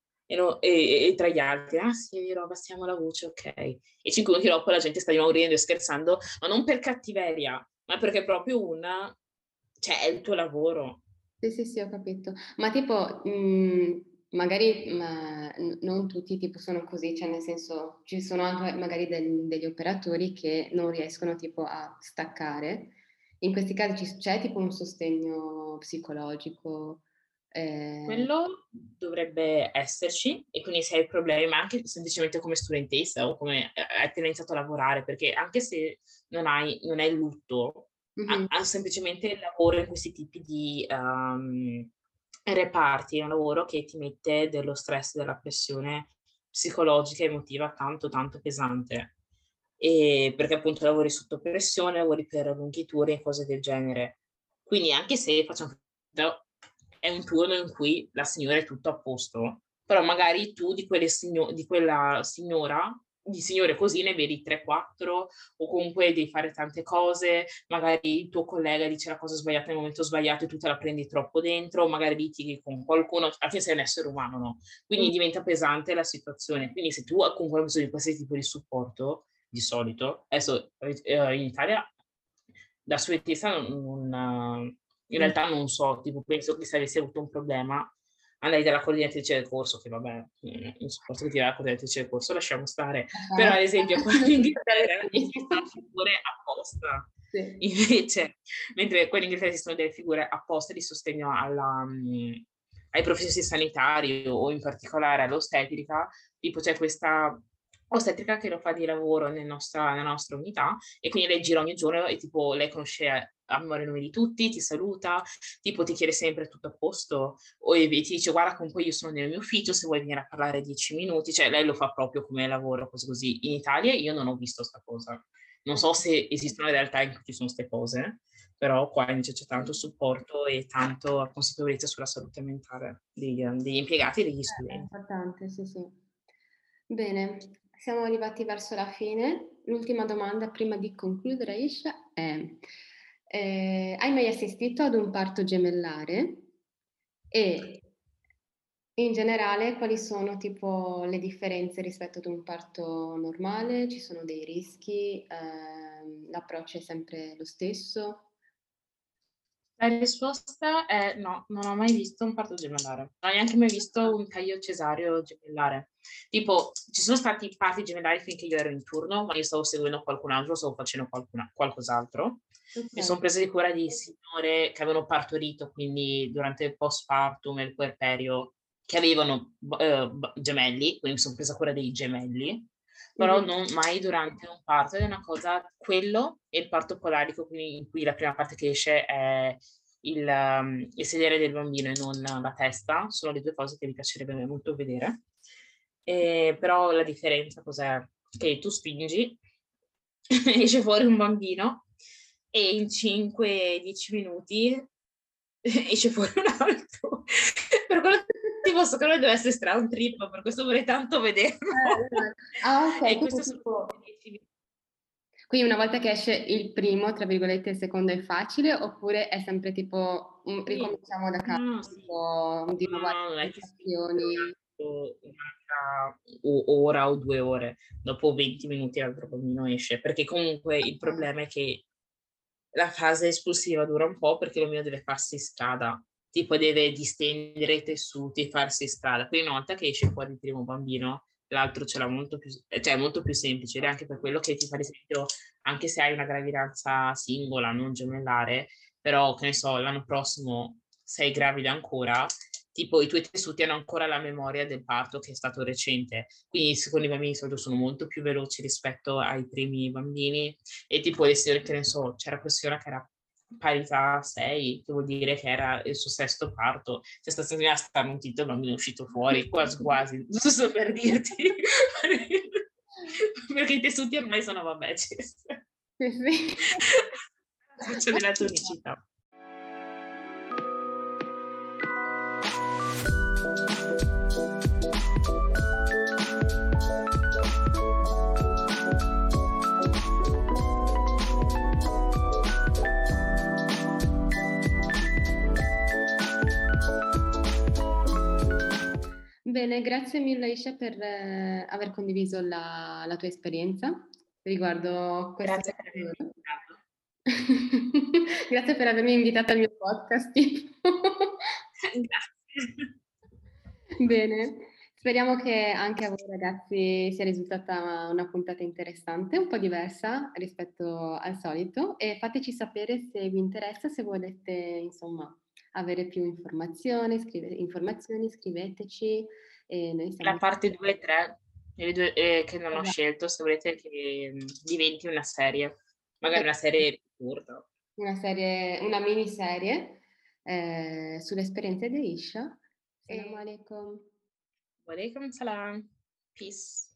E tra gli altri, ah sì, è vero, abbassiamo la voce, ok. E 5 minuti dopo la gente sta di nuovo ridendo e scherzando, ma non per cattiveria, ma perché è proprio cioè è il tuo lavoro. Sì, sì, sì, ho capito. Ma tipo, magari non tutti tipo sono così, cioè nel senso ci sono anche magari degli operatori che non riescono tipo a staccare. In questi casi c'è tipo un sostegno psicologico. eh, Quello dovrebbe esserci e quindi se hai problemi, ma anche semplicemente come studentessa o come hai appena iniziato a lavorare, perché anche se non è il lutto, mhm, ha semplicemente il lavoro in questi tipi di reparti, è un lavoro che ti mette dello stress, della pressione psicologica e emotiva tanto, tanto pesante. E perché appunto lavori sotto pressione, lavori per lunghi turni e cose del genere. Quindi anche se facciamo è un turno in cui la signora è tutto a posto, però magari tu di quella signora, di signore così ne vedi 3-4, o comunque devi fare tante cose, magari il tuo collega dice la cosa sbagliata nel momento sbagliato e tu te la prendi troppo dentro, magari litighi con qualcuno, anche se sei un essere umano, no? Quindi diventa pesante la situazione. Quindi se tu comunque hai bisogno di questo tipo di supporto, di solito, adesso in Italia da studentessa in realtà non so, tipo penso che se avessi avuto un problema andai dalla coordinatrice del corso, che vabbè, non supporto che ti dà la coordinatrice del corso, lasciamo stare. Però ad esempio qua in Inghilterra esistono figure apposta. Sì. Invece, mentre qua in Inghilterra esistono delle figure apposta di sostegno ai professionisti sanitari o in particolare all'ostetrica, tipo c'è questa ostetrica che lo fa di lavoro nella nostra unità e quindi lei gira ogni giorno e tipo lei conosce a memoria i nomi di tutti, ti saluta, tipo ti chiede sempre tutto a posto o ti dice guarda comunque io sono nel mio ufficio se vuoi venire a parlare 10 minuti, cioè lei lo fa proprio come lavoro, così così. In Italia io non ho visto sta cosa. Non so se esistono realtà in cui ci sono queste cose, però qua invece c'è tanto supporto e tanto consapevolezza sulla salute mentale degli impiegati e degli È studenti. importante, sì, sì. Bene, siamo arrivati verso la fine. L'ultima domanda prima di concludere, Isha, è hai mai assistito ad un parto gemellare? E in generale, quali sono tipo le differenze rispetto ad un parto normale? Ci sono dei rischi? L'approccio è sempre lo stesso? La risposta è no, non ho mai visto un parto gemellare. Non ho neanche mai visto un taglio cesareo gemellare. Tipo, ci sono stati parti gemellari finché io ero in turno, ma io stavo seguendo qualcun altro, stavo facendo qualcos'altro. Mi Ok. sono presa di cura di signore che avevano partorito, quindi durante il postpartum e il puerperio, che avevano gemelli, quindi mi sono presa cura dei gemelli, però Mhm. non mai durante un parto. È una cosa, quello e il parto polarico, quindi in cui la prima parte che esce è il sedere del bambino e non la testa, sono le due cose che mi piacerebbe molto vedere. Però la differenza cos'è? Che tu spingi, esce fuori un bambino e in 5-10 minuti esce fuori un altro. Per quello ti posso che deve essere stra un trip, per questo vorrei tanto vederlo. Ah, ok, E quindi questo sono tipo, 10 minuti. quindi una volta che esce il primo, tra virgolette, il secondo è facile, oppure è sempre tipo Sì. ricominciamo da capo, No, sì. tipo, di nuovo No, alle non è che spingi per sensazioni. un'altra ora o 2 ore. Dopo 20 minuti l'altro bambino esce. Perché comunque il Ok. problema è che la fase espulsiva dura un po' perché il bambino deve farsi strada. Tipo deve distendere i tessuti e farsi strada. Quindi una volta che esce fuori il primo bambino, l'altro ce l'ha molto più, cioè è molto più semplice. Ed è anche per quello che ti fa, ad esempio, anche se hai una gravidanza singola, non gemellare, però che ne so, l'anno prossimo sei gravida ancora, tipo i tuoi tessuti hanno ancora la memoria del parto che è stato recente, quindi secondo i bambini di solito sono molto più veloci rispetto ai primi bambini e tipo le signore che ne so, c'era questa signora che era parità 6, che vuol dire che era il suo sesto parto, c'è stata signora starnutito, il bambino è uscito fuori, quasi quasi, giusto per dirti, perché i tessuti ormai sono vabbè, Sì, sì. faccio della tonicità. Bene, grazie mille Isha per aver condiviso la tua esperienza riguardo questo Grazie per avermi settore. invitato. Grazie per avermi invitato al mio podcast. Grazie. Bene, speriamo che anche a voi ragazzi sia risultata una puntata interessante, un po' diversa rispetto al solito e fateci sapere se vi interessa, se volete insomma avere più informazioni, scriveteci e noi siamo La parte 2 e 3, che non ho esatto, scelto, se volete che diventi una serie, magari una serie corta. una miniserie sulle esperienze di Isha. Assalamu E alaikum. Walaikum salam. Peace.